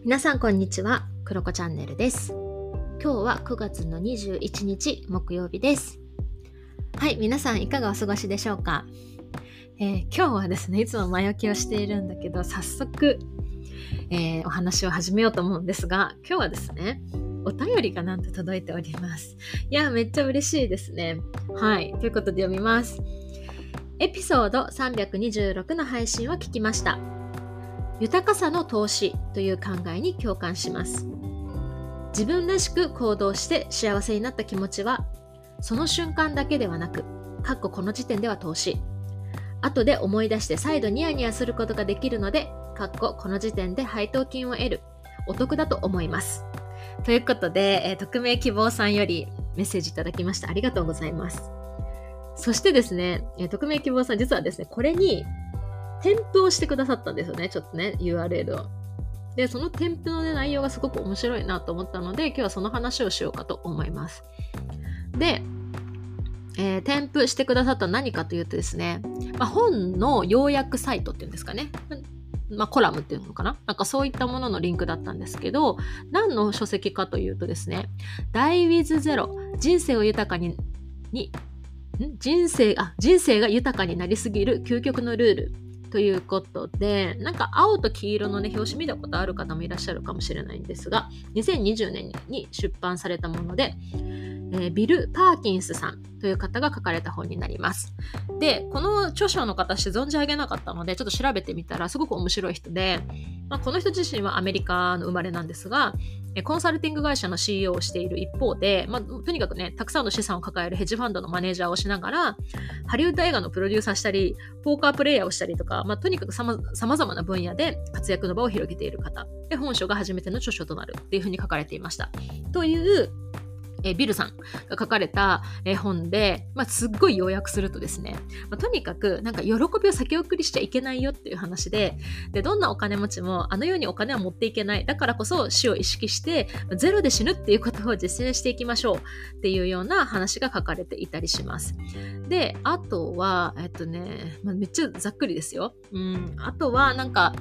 皆さんこんにちは、クロコチャンネルです。今日は9月の21日木曜日です。はい、皆さんいかがお過ごしでしょうか。今日はですね、いつも前置きをしているんだけど早速、お話を始めようと思うんですが、今日はですね、お便りがなんと届いております。いや、めっちゃ嬉しいですね。はい、ということで読みます。エピソード326の配信を聞きました。豊かさの投資という考えに共感します。自分らしく行動して幸せになった気持ちは、その瞬間だけではなく、この時点では投資。後で思い出して再度ニヤニヤすることができるので、この時点で配当金を得る。お得だと思います。ということで、匿名希望さんよりメッセージいただきました。ありがとうございます。そしてですね、匿名希望さん実はですね、これに添付をしてくださったんですよね。ちょっとね、URL を。で、その添付の、内容がすごく面白いなと思ったので、今日はその話をしようかと思います。で、添付してくださった何かというとですね、本の要約サイトっていうんですかね。コラムっていうのかな、なんかそういったもののリンクだったんですけど、何の書籍かというとですね、Die with Zero、人生が豊かになりすぎる究極のルールということで、なんか青と黄色のね、表紙見たことある方もいらっしゃるかもしれないんですが、2020年に出版されたもので、ビル・パーキンスさんという方が書かれた本になります。で、この著者の方存じ上げなかったので、ちょっと調べてみたらすごく面白い人で、この人自身はアメリカの生まれなんですが、コンサルティング会社の CEO をしている一方で、とにかくね、たくさんの資産を抱えるヘッジファンドのマネージャーをしながら、ハリウッド映画のプロデューサーしたり、ポーカープレイヤーをしたりとか、とにかく様々な分野で活躍の場を広げている方で、本書が初めての著書となるっていうふうに書かれていました。というビルさんが書かれた本で、すっごい要約するとですね、とにかくなんか喜びを先送りしちゃいけないよっていう話で、どんなお金持ちもあのようにお金は持っていけない。だからこそ死を意識してゼロで死ぬっていうことを実践していきましょうっていうような話が書かれていたりします。で、あとはめっちゃざっくりですよ。あとはなんか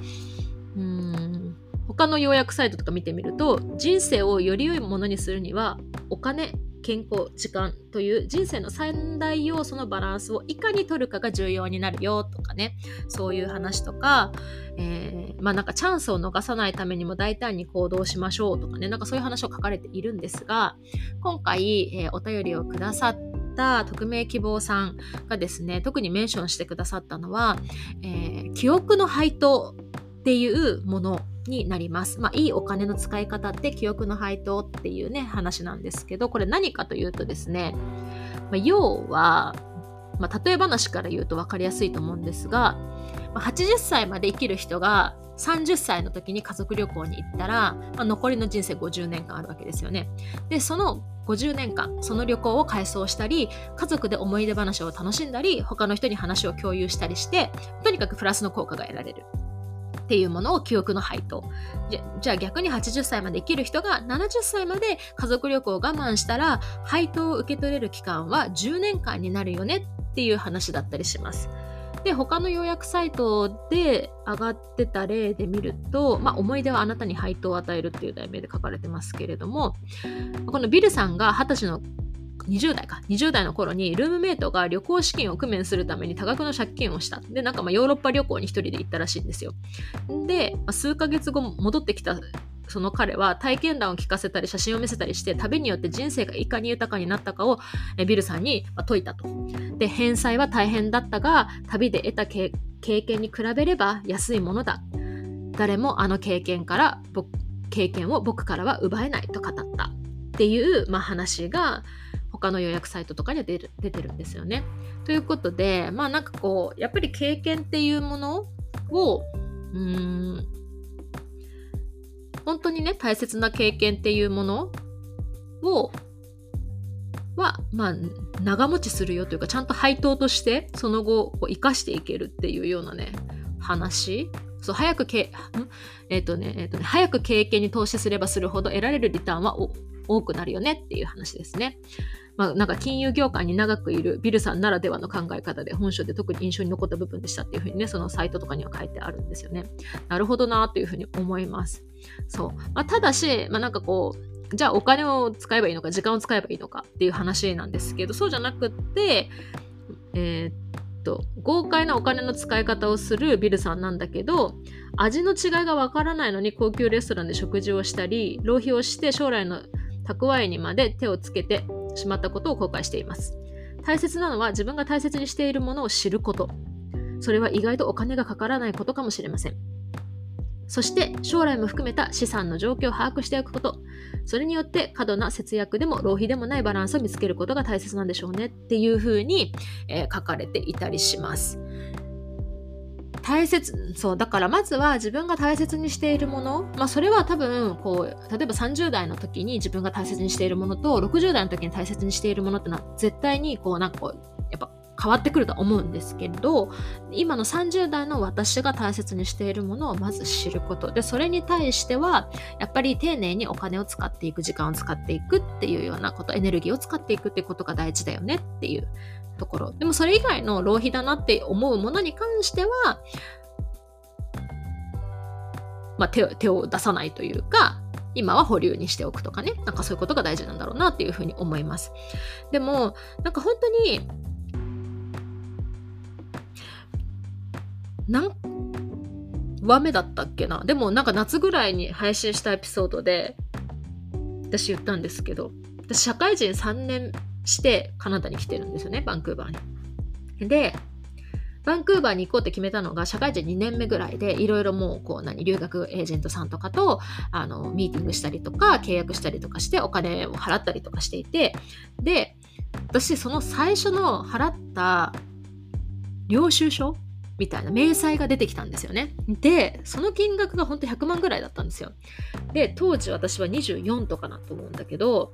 他の要約サイトとか見てみると、人生をより良いものにするにはお金、健康、時間という人生の三大要素のバランスをいかに取るかが重要になるよとかね、そういう話とか、なんかチャンスを逃さないためにも大胆に行動しましょうとかね、なんかそういう話を書かれているんですが、今回、お便りをくださった匿名希望さんがですね、特にメンションしてくださったのは、記憶の配当っていうものになります。いいお金の使い方って記憶の配当っていうね、話なんですけど、これ何かというとですね、要は、例え話から言うと分かりやすいと思うんですが、80歳まで生きる人が30歳の時に家族旅行に行ったら、残りの人生50年間あるわけですよね。で、その50年間、その旅行を改装したり、家族で思い出話を楽しんだり、他の人に話を共有したりして、とにかくプラスの効果が得られるっていうものを記憶の配当。じゃあ逆に80歳まで生きる人が70歳まで家族旅行を我慢したら、配当を受け取れる期間は10年間になるよねっていう話だったりします。で、他の要約サイトで上がってた例で見ると、思い出はあなたに配当を与えるっていう題名で書かれてますけれども、このビルさんが20代の頃にルームメイトが旅行資金を工面するために多額の借金をした。で、なんかヨーロッパ旅行に一人で行ったらしいんですよ。で、数ヶ月後戻ってきたその彼は体験談を聞かせたり写真を見せたりして、旅によって人生がいかに豊かになったかをビルさんに説いたと。で、返済は大変だったが、旅で得た経験に比べれば安いものだ。誰もあの経験を僕からは奪えないと語ったっていう話が他の予約サイトとかには出てるんですよね。ということで、なんかこうやっぱり経験っていうものを本当にね、大切な経験っていうものは長持ちするよというか、ちゃんと配当としてその後生かしていけるっていうようなね話。早く経験に投資すればするほど得られるリターンは多くなるよねっていう話ですね。なんか金融業界に長くいるビルさんならではの考え方で本書で特に印象に残った部分でしたっていうふうにね、そのサイトとかには書いてあるんですよね。なるほどなというふうに思います。そう。ただし、なんかこう、じゃあお金を使えばいいのか、時間を使えばいいのかっていう話なんですけど、そうじゃなくって、豪快なお金の使い方をするビルさんなんだけど、味の違いがわからないのに高級レストランで食事をしたり、浪費をして将来の蓄えにまで手をつけてしまったことを後悔しています。大切なのは自分が大切にしているものを知ること。それは意外とお金がかからないことかもしれません。そして将来も含めた資産の状況を把握しておくこと。それによって過度な節約でも浪費でもないバランスを見つけることが大切なんでしょうねっていうふうに、書かれていたりします。そうだからまずは自分が大切にしているもの、それは多分こう例えば30代の時に自分が大切にしているものと60代の時に大切にしているものってのは絶対にこうなんかこうやっぱ変わってくると思うんですけど、今の30代の私が大切にしているものをまず知ることで、それに対してはやっぱり丁寧にお金を使っていく、時間を使っていくっていうようなこと、エネルギーを使っていくっていうことが大事だよねっていうところ。でもそれ以外の浪費だなって思うものに関しては、手を出さないというか、今は保留にしておくとかね、なんかそういうことが大事なんだろうなっていうふうに思います。でもなんか本当に何話目だったっけな、でもなんか夏ぐらいに配信したエピソードで私言ったんですけど、私社会人3年してカナダに来てるんですよね、バンクーバーに。でバンクーバーに行こうって決めたのが社会人2年目ぐらいで、いろいろもう留学エージェントさんとかとミーティングしたりとか契約したりとかしてお金を払ったりとかしていて、で私その最初の払った領収書みたいな明細が出てきたんですよね。でその金額が本当100万ぐらいだったんですよ。で当時私は24とかなと思うんだけど、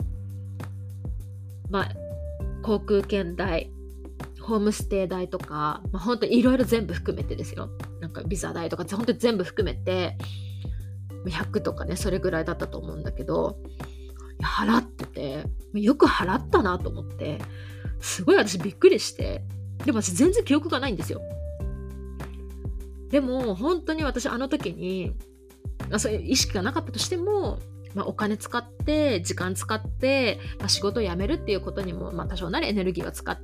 航空券代、ホームステイ代とか、本当にいろいろ全部含めてですよ。なんかビザ代とか本当に全部含めて100とかね、それぐらいだったと思うんだけど、払っててよく払ったなと思って、すごい私びっくりして、でも私全然記憶がないんですよ。でも本当に私あの時にそういう意識がなかったとしても、お金使って時間使って、仕事を辞めるっていうことにも、多少なりエネルギーは使って、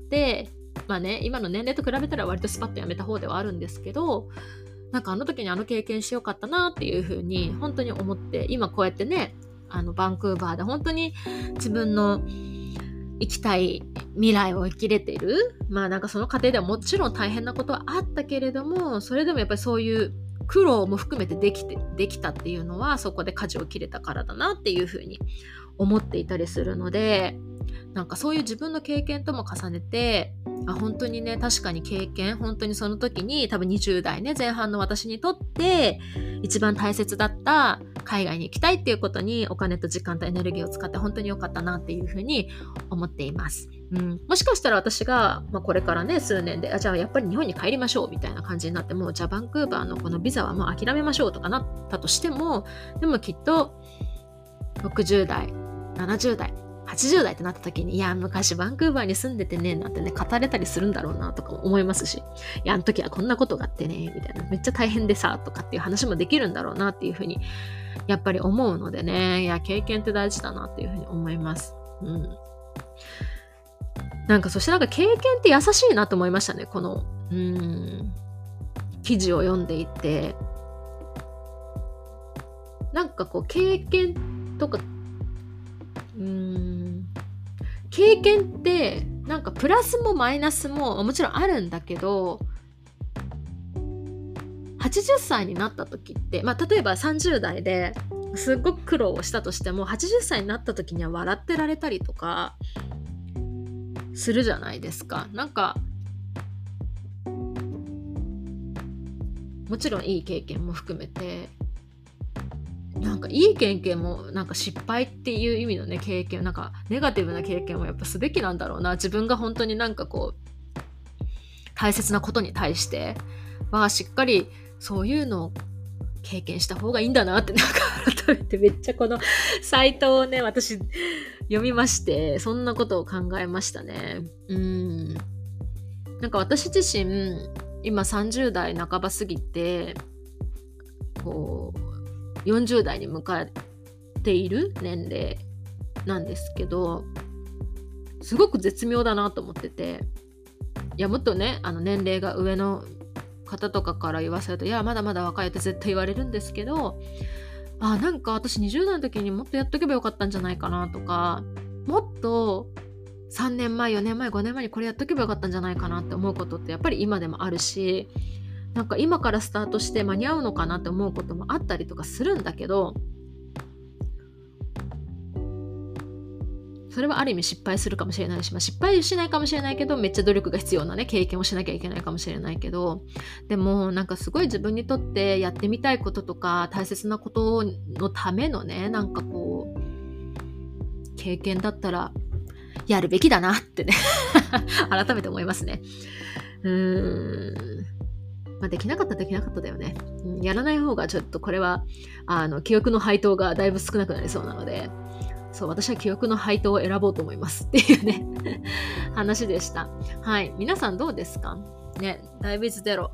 今の年齢と比べたら割とスパッと辞めた方ではあるんですけど、なんかあの時にあの経験してよかったなっていうふうに本当に思って、今こうやってねバンクーバーで本当に自分の生きたい未来を生きれている。なんかその過程ではもちろん大変なことはあったけれども、それでもやっぱりそういう苦労も含めてできたっていうのは、そこで舵を切れたからだなっていうふうに思っていたりするので、なんかそういう自分の経験とも重ねて、本当にね、確かに経験、本当にその時に多分20代ね前半の私にとって一番大切だった海外に行きたいっていうことにお金と時間とエネルギーを使って本当に良かったなっていうふうに思っています。もしかしたら私が、これからね数年でじゃあやっぱり日本に帰りましょうみたいな感じになっても、じゃあバンクーバーのこのビザはもう諦めましょうとかなったとしても、でもきっと60代70代80代ってなった時に、いや昔バンクーバーに住んでてねなんてね語れたりするんだろうなとか思いますし、いやあの時はこんなことがあってねみたいな、めっちゃ大変でさとかっていう話もできるんだろうなっていうふうにやっぱり思うのでね、いや経験って大事だなっていうふうに思います。なんかそしてなんか経験って優しいなと思いましたね、この記事を読んでいて。なんかこう経験とか経験ってなんかプラスもマイナスももちろんあるんだけど、80歳になった時って、例えば30代ですっごく苦労をしたとしても、80歳になった時には笑ってられたりとかするじゃないですか。なんかもちろんいい経験も含めて、なんかいい経験もなんか失敗っていう意味のね経験、なんかネガティブな経験をやっぱすべきなんだろうな。自分が本当になんかこう大切なことに対してしっかりそういうの経験した方がいいんだなってなんか改めてめっちゃこのサイトをね私読みまして、そんなことを考えましたね。なんか私自身今30代半ば過ぎてこう40代に向かっている年齢なんですけど、すごく絶妙だなと思ってて、いやもっとね年齢が上の方とかから言わせると、いやまだまだ若いって絶対言われるんですけど、なんか私20代の時にもっとやっとけばよかったんじゃないかなとか、もっと3年前4年前5年前にこれやっとけばよかったんじゃないかなって思うことってやっぱり今でもあるし、なんか今からスタートして間に合うのかなって思うこともあったりとかするんだけど、それはある意味失敗するかもしれないし、失敗しないかもしれないけど、めっちゃ努力が必要なね経験をしなきゃいけないかもしれないけど、でもなんかすごい自分にとってやってみたいこととか大切なことのためのね、なんかこう経験だったらやるべきだなってね改めて思いますね。できなかったらできなかっただよね。やらない方がちょっとこれは記憶の配当がだいぶ少なくなりそうなので、そう私は記憶の配当を選ぼうと思いますっていうね話でした。はい、皆さんどうですかね。ダイビズゼロ、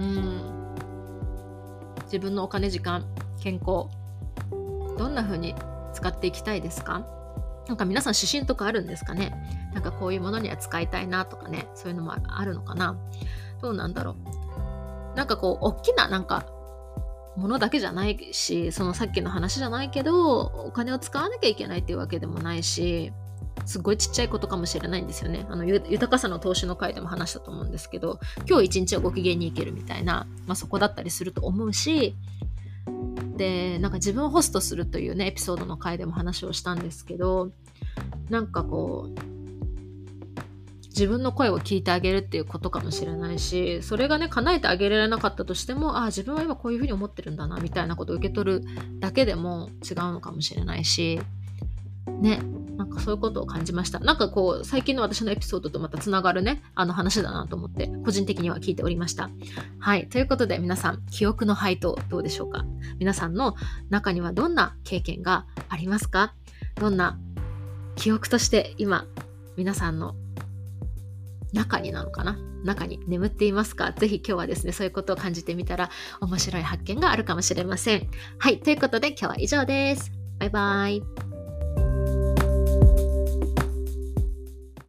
自分のお金、時間、健康、どんな風に使っていきたいですか？なんか皆さん指針とかあるんですかね。なんかこういうものには使いたいなとかね、そういうのもあるのかな。どうなんだろう。なんかこう大きななんかものだけじゃないし、そのさっきの話じゃないけどお金を使わなきゃいけないっていうわけでもないし、すごいちっちゃいことかもしれないんですよね。豊かさの投資の回でも話したと思うんですけど、今日一日はご機嫌に生きるみたいな、そこだったりすると思うし、でなんか自分をホストするというねエピソードの回でも話をしたんですけど、なんかこう自分の声を聞いてあげるっていうことかもしれないし、それがね叶えてあげられなかったとしても、自分は今こういうふうに思ってるんだなみたいなことを受け取るだけでも違うのかもしれないしね、なんかそういうことを感じました。なんかこう最近の私のエピソードとまたつながるね話だなと思って個人的には聞いておりました。はい、ということで皆さん記憶の配当どうでしょうか。皆さんの中にはどんな経験がありますか？どんな記憶として今皆さんの中に眠っていますか？ぜひ今日はですねそういうことを感じてみたら面白い発見があるかもしれません。はい、ということで今日は以上です。バイバイ。